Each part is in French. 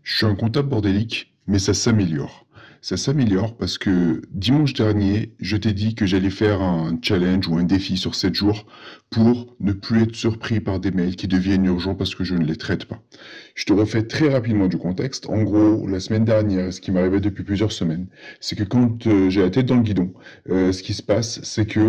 Je suis un comptable bordélique, mais ça s'améliore. Ça s'améliore parce que dimanche dernier, je t'ai dit que j'allais faire un challenge ou un défi sur 7 jours pour ne plus être surpris par des mails qui deviennent urgents parce que je ne les traite pas. Je te refais très rapidement du contexte. En gros, la semaine dernière, ce qui m'arrivait depuis plusieurs semaines, c'est que quand j'ai la tête dans le guidon, ce qui se passe, c'est que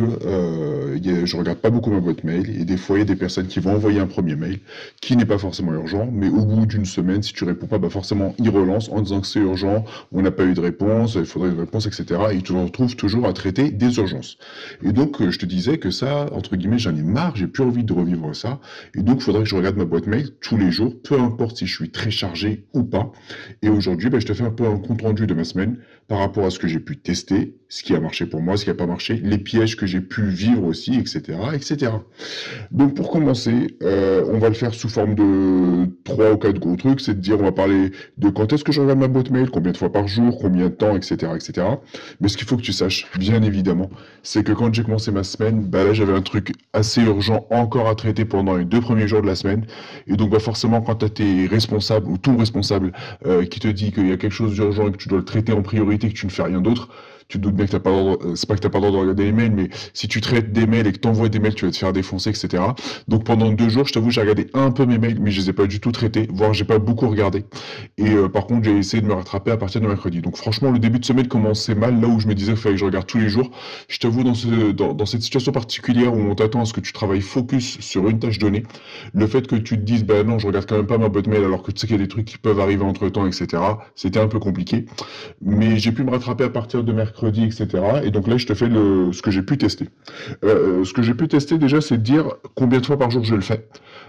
je regarde pas beaucoup ma boîte mail et des fois, il y a des personnes qui vont envoyer un premier mail qui n'est pas forcément urgent, mais au bout d'une semaine, si tu réponds pas, bah forcément, ils relancent en disant que c'est urgent, on n'a pas eu de réponse, il faudrait une réponse, etc. Et ils te retrouvent toujours à traiter des urgences. Et donc, je te disais que ça, entre guillemets, j'en ai marre, j'ai plus envie de revivre ça. Et donc, il faudrait que je regarde ma boîte mail tous les jours, peu importe si je suis très chargé ou pas. Et aujourd'hui, bah, je te fais un peu un compte rendu de ma semaine par rapport à ce que j'ai pu tester, ce qui a marché pour moi, ce qui n'a pas marché, les pièges que j'ai pu vivre aussi, etc., etc. Donc pour commencer, on va le faire sous forme de 3 ou 4 gros trucs, c'est de dire, on va parler de quand est-ce que je regarde ma boîte mail, combien de fois par jour, combien de temps, etc., etc. Mais ce qu'il faut que tu saches, bien évidemment, c'est que quand j'ai commencé ma semaine, bah là j'avais un truc assez urgent encore à traiter pendant les 2 premiers jours de la semaine. Et donc bah forcément quand tu as tes responsables ou ton responsable qui te dit qu'il y a quelque chose d'urgent et que tu dois le traiter en priorité, que tu ne fais rien d'autre, tu te doutes bien que t'as pas le droit, c'est pas que t'as pas le droit de regarder les mails, mais si tu traites des mails et que t'envoies des mails, tu vas te faire défoncer, etc. Donc pendant 2 jours, je t'avoue, j'ai regardé un peu mes mails, mais je les ai pas du tout traités, voire j'ai pas beaucoup regardé. Et par contre, j'ai essayé de me rattraper à partir de mercredi. Donc franchement, le début de semaine commençait mal, là où je me disais qu'il fallait que je regarde tous les jours. Je t'avoue, dans cette situation particulière où on t'attend à ce que tu travailles focus sur une tâche donnée, le fait que tu te dises, bah non, je regarde quand même pas ma boîte mail alors que tu sais qu'il y a des trucs qui peuvent arriver entre temps, etc. C'était un peu compliqué. Mais j'ai pu me rattraper à partir de mercredi, etc. Et donc là, je te fais ce que j'ai pu tester. Ce que j'ai pu tester déjà, c'est de dire combien de fois par jour je le fais.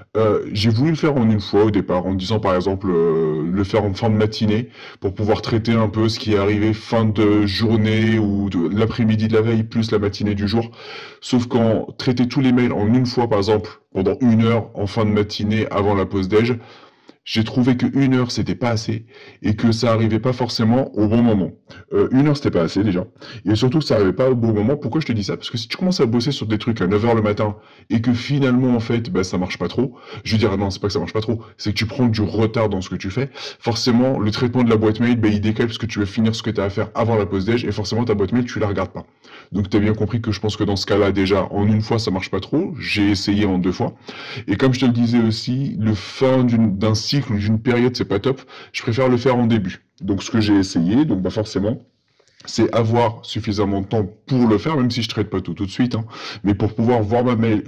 J'ai voulu le faire en une fois au départ, en disant par exemple le faire en fin de matinée pour pouvoir traiter un peu ce qui est arrivé fin de journée ou de l'après-midi de la veille plus la matinée du jour. Sauf qu'en traiter tous les mails en une fois, par exemple, pendant 1 heure en fin de matinée avant la pause déj, j'ai trouvé que 1 heure c'était pas assez et que ça arrivait pas forcément au bon moment. 1 heure c'était pas assez déjà et surtout que ça arrivait pas au bon moment. Pourquoi je te dis ça? Parce que si tu commences à bosser sur des trucs à 9 h le matin et que finalement en fait bah, ça marche pas trop, je veux dire non c'est pas que ça marche pas trop, c'est que tu prends du retard dans ce que tu fais, forcément le traitement de la boîte mail bah, il décale parce que tu veux finir ce que tu as à faire avant la pause déj et forcément ta boîte mail tu la regardes pas. Donc tu as bien compris que je pense que dans ce cas-là déjà en une fois ça marche pas trop, j'ai essayé en 2 fois. Et comme je te le disais aussi, le fin d'un cycle ou d'une période, c'est pas top. Je préfère le faire en début. Donc ce que j'ai essayé, donc bah forcément, c'est avoir suffisamment de temps pour le faire, même si je traite pas tout de suite, hein, mais pour pouvoir voir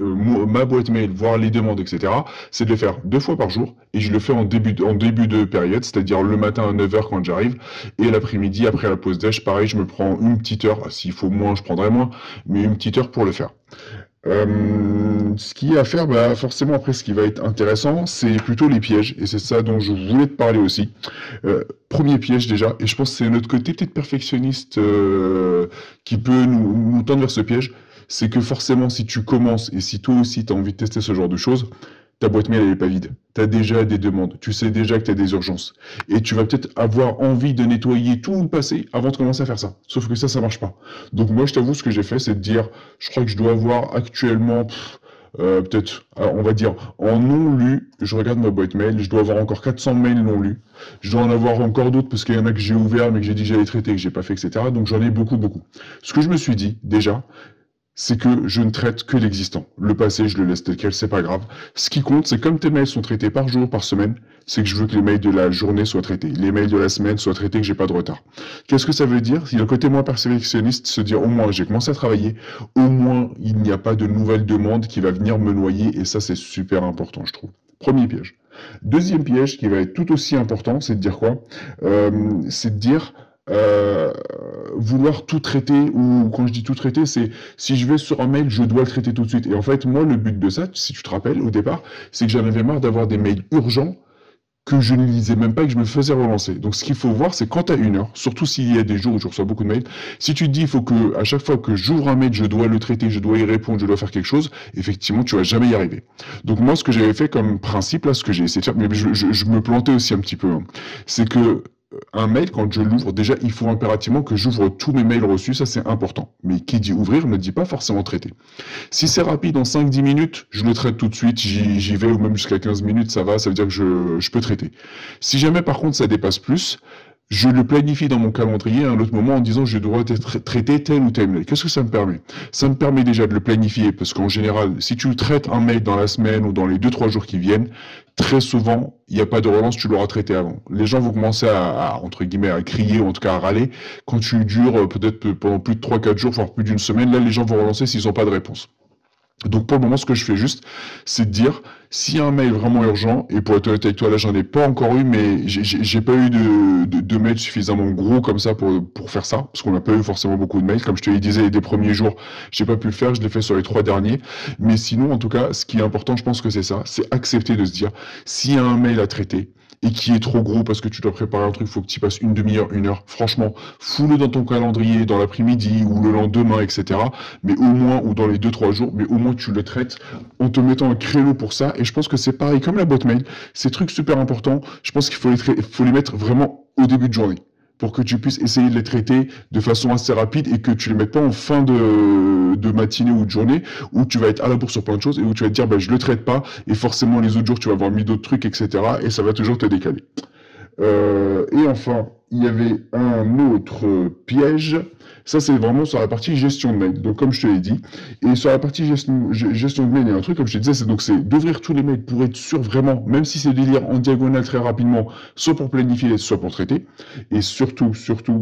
ma boîte mail, voir les demandes, etc. C'est de le faire 2 fois par jour et je le fais en début de période, c'est-à-dire le matin à 9 h quand j'arrive et l'après-midi après la pause déj, pareil, je me prends une petite heure. S'il faut moins, je prendrai moins, mais une petite heure pour le faire. Ce qu'il y a à faire, bah forcément après ce qui va être intéressant, c'est plutôt les pièges, et c'est ça dont je voulais te parler aussi. Premier piège déjà, et je pense que c'est notre côté peut-être perfectionniste qui peut nous tendre vers ce piège, c'est que forcément si tu commences, et si toi aussi tu as envie de tester ce genre de choses, ta boîte mail elle est pas vide. Tu as déjà des demandes, tu sais déjà que tu as des urgences. Et tu vas peut-être avoir envie de nettoyer tout le passé avant de commencer à faire ça. Sauf que ça marche pas. Donc moi je t'avoue ce que j'ai fait c'est de dire, je crois que je dois avoir actuellement peut-être, on va dire, en non lu, je regarde ma boîte mail, je dois avoir encore 400 mails non lus. Je dois en avoir encore d'autres parce qu'il y en a que j'ai ouvert mais que j'ai dit que j'allais traiter, que j'ai pas fait, etc. Donc j'en ai beaucoup, beaucoup. Ce que je me suis dit, déjà, c'est que je ne traite que l'existant. Le passé, je le laisse tel quel, c'est pas grave. Ce qui compte, c'est comme tes mails sont traités par jour, par semaine, c'est que je veux que les mails de la journée soient traités. Les mails de la semaine soient traités, que j'ai pas de retard. Qu'est-ce que ça veut dire? Il y a le côté moins perfectionniste, se dire au moins j'ai commencé à travailler, au moins il n'y a pas de nouvelle demande qui va venir me noyer, et ça c'est super important, je trouve. Premier piège. Deuxième piège qui va être tout aussi important, c'est de dire quoi? C'est de dire euh, vouloir tout traiter, ou quand je dis tout traiter, c'est si je vais sur un mail, je dois le traiter tout de suite. Et en fait, moi, le but de ça, si tu te rappelles, au départ, c'est que j'en avais marre d'avoir des mails urgents que je ne lisais même pas et que je me faisais relancer. Donc ce qu'il faut voir, c'est quand tu as 1 heure, surtout s'il y a des jours où je reçois beaucoup de mails, si tu te dis il faut que à chaque fois que j'ouvre un mail, je dois le traiter, je dois y répondre, je dois faire quelque chose, effectivement, tu vas jamais y arriver. Donc moi, ce que j'avais fait comme principe, là, ce que j'ai essayé de faire, mais je me plantais aussi un petit peu, hein, c'est que un mail, quand je l'ouvre, déjà, il faut impérativement que j'ouvre tous mes mails reçus, ça c'est important. Mais qui dit ouvrir ne dit pas forcément traiter. Si c'est rapide, en 5-10 minutes, je le traite tout de suite, j'y vais, ou même jusqu'à 15 minutes, ça va, ça veut dire que je peux traiter. Si jamais par contre ça dépasse plus, je le planifie dans mon calendrier à un autre moment en disant je dois traiter tel ou tel mail. Qu'est-ce que ça me permet? Ça me permet déjà de le planifier parce qu'en général, si tu traites un mail dans la semaine ou dans les 2-3 jours qui viennent, très souvent, il n'y a pas de relance, tu l'auras traité avant. Les gens vont commencer entre guillemets, à crier ou en tout cas à râler quand tu dures peut-être pendant plus de 3-4 jours, voire plus d'une semaine. Là, les gens vont relancer s'ils n'ont pas de réponse. Donc pour le moment, ce que je fais juste, c'est de dire, s'il y a un mail vraiment urgent, et pour être honnête avec toi, là j'en ai pas encore eu, mais j'ai pas eu de mail suffisamment gros comme ça pour faire ça, parce qu'on n'a pas eu forcément beaucoup de mails. Comme je te le disais, les des premiers jours, j'ai pas pu le faire, je l'ai fait sur les 3 derniers. Mais sinon, en tout cas, ce qui est important, je pense que c'est ça, c'est accepter de se dire, s'il y a un mail à traiter, et qui est trop gros parce que tu dois préparer un truc, il faut que tu y passes une demi-heure, 1 heure, franchement, fous-le dans ton calendrier, dans l'après-midi ou le lendemain, etc. Mais au moins, ou dans les 2-3 jours, mais au moins tu le traites en te mettant un créneau pour ça. Et je pense que c'est pareil, comme la boîte mail, ces trucs super importants, je pense qu'il faut les mettre vraiment au début de journée, pour que tu puisses essayer de les traiter de façon assez rapide et que tu les mettes pas en fin de matinée ou de journée où tu vas être à la bourre sur plein de choses et où tu vas te dire bah je le traite pas et forcément les autres jours tu vas avoir mis d'autres trucs, etc. et ça va toujours te décaler. Et enfin, il y avait un autre piège. Ça, c'est vraiment sur la partie gestion de mail. Donc, comme je te l'ai dit, et sur la partie gestion de mail, il y a un truc, comme je te disais, c'est d'ouvrir tous les mails pour être sûr vraiment, même si c'est de lire en diagonale très rapidement, soit pour planifier, soit pour traiter. Et surtout,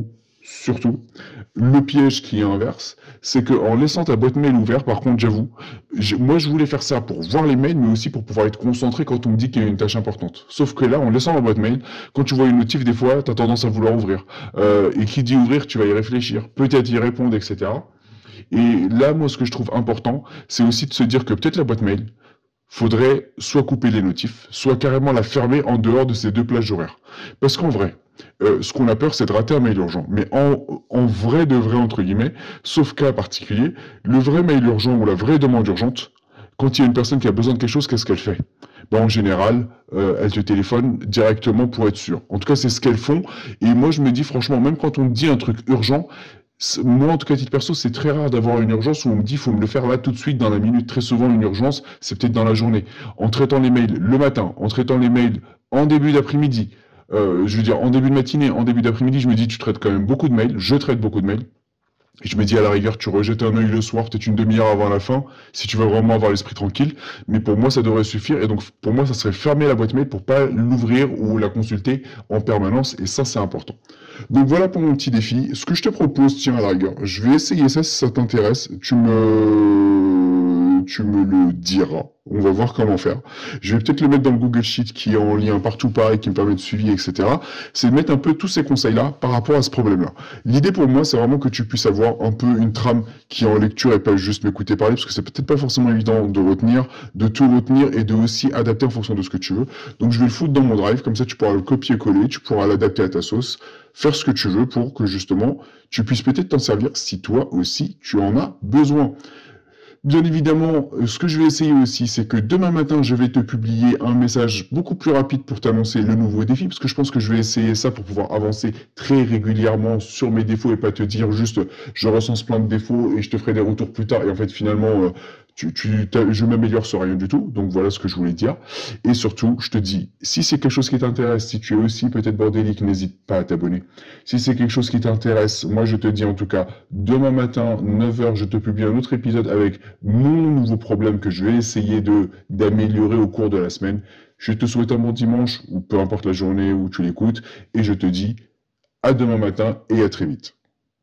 le piège qui est inverse, c'est qu'en laissant ta boîte mail ouverte, par contre, j'avoue, moi je voulais faire ça pour voir les mails, mais aussi pour pouvoir être concentré quand on me dit qu'il y a une tâche importante. Sauf que là, en laissant la boîte mail, quand tu vois une notif, des fois, tu as tendance à vouloir ouvrir. Et qui dit ouvrir, tu vas y réfléchir, peut-être y répondre, etc. Et là, moi, ce que je trouve important, c'est aussi de se dire que peut-être la boîte mail, faudrait soit couper les notifs, soit carrément la fermer en dehors de ces 2 plages horaires. Parce qu'en vrai, ce qu'on a peur, c'est de rater un mail urgent. Mais en vrai de vrai, entre guillemets, sauf cas particulier, le vrai mail urgent ou la vraie demande urgente, quand il y a une personne qui a besoin de quelque chose, qu'est-ce qu'elle fait? Ben, en général, elle te téléphone directement pour être sûre. En tout cas, c'est ce qu'elles font. Et moi, je me dis, franchement, même quand on me dit un truc urgent, moi, en tout cas, à titre perso, c'est très rare d'avoir une urgence où on me dit, faut me le faire là tout de suite dans la minute. Très souvent, une urgence, c'est peut-être dans la journée. En traitant les mails le matin, en traitant les mails en début d'après-midi, je veux dire, en début de matinée, en début d'après-midi, je me dis, tu traites quand même beaucoup de mails. Je traite beaucoup de mails. Et je me dis, à la rigueur, tu rejettes un œil le soir, peut-être une demi-heure avant la fin, si tu veux vraiment avoir l'esprit tranquille. Mais pour moi, ça devrait suffire. Et donc, pour moi, ça serait fermer la boîte mail pour pas l'ouvrir ou la consulter en permanence. Et ça, c'est important. Donc voilà pour mon petit défi. Ce que je te propose, tiens, à la rigueur, je vais essayer ça si ça t'intéresse. Tu me le diras. On va voir comment faire. Je vais peut-être le mettre dans le Google Sheet qui est en lien partout pareil, qui me permet de suivi, etc. C'est de mettre un peu tous ces conseils-là par rapport à ce problème-là. L'idée pour moi, c'est vraiment que tu puisses avoir un peu une trame qui est en lecture et pas juste m'écouter parler, parce que c'est peut-être pas forcément évident de retenir, de tout retenir et de aussi adapter en fonction de ce que tu veux. Donc je vais le foutre dans mon drive, comme ça tu pourras le copier-coller, tu pourras l'adapter à ta sauce, faire ce que tu veux pour que justement tu puisses peut-être t'en servir si toi aussi tu en as besoin. Bien évidemment, ce que je vais essayer aussi, c'est que demain matin, je vais te publier un message beaucoup plus rapide pour t'annoncer le nouveau défi, parce que je pense que je vais essayer ça pour pouvoir avancer très régulièrement sur mes défauts et pas te dire juste je recense plein de défauts et je te ferai des retours plus tard et en fait finalement je m'améliore sur rien du tout. Donc voilà ce que je voulais dire. Et surtout, je te dis, si c'est quelque chose qui t'intéresse, si tu es aussi peut-être bordélique, n'hésite pas à t'abonner. Si c'est quelque chose qui t'intéresse, moi je te dis en tout cas, demain matin, 9h, je te publie un autre épisode avec mon nouveau problème que je vais essayer d'améliorer au cours de la semaine. Je te souhaite un bon dimanche, ou peu importe la journée où tu l'écoutes, et je te dis à demain matin et à très vite.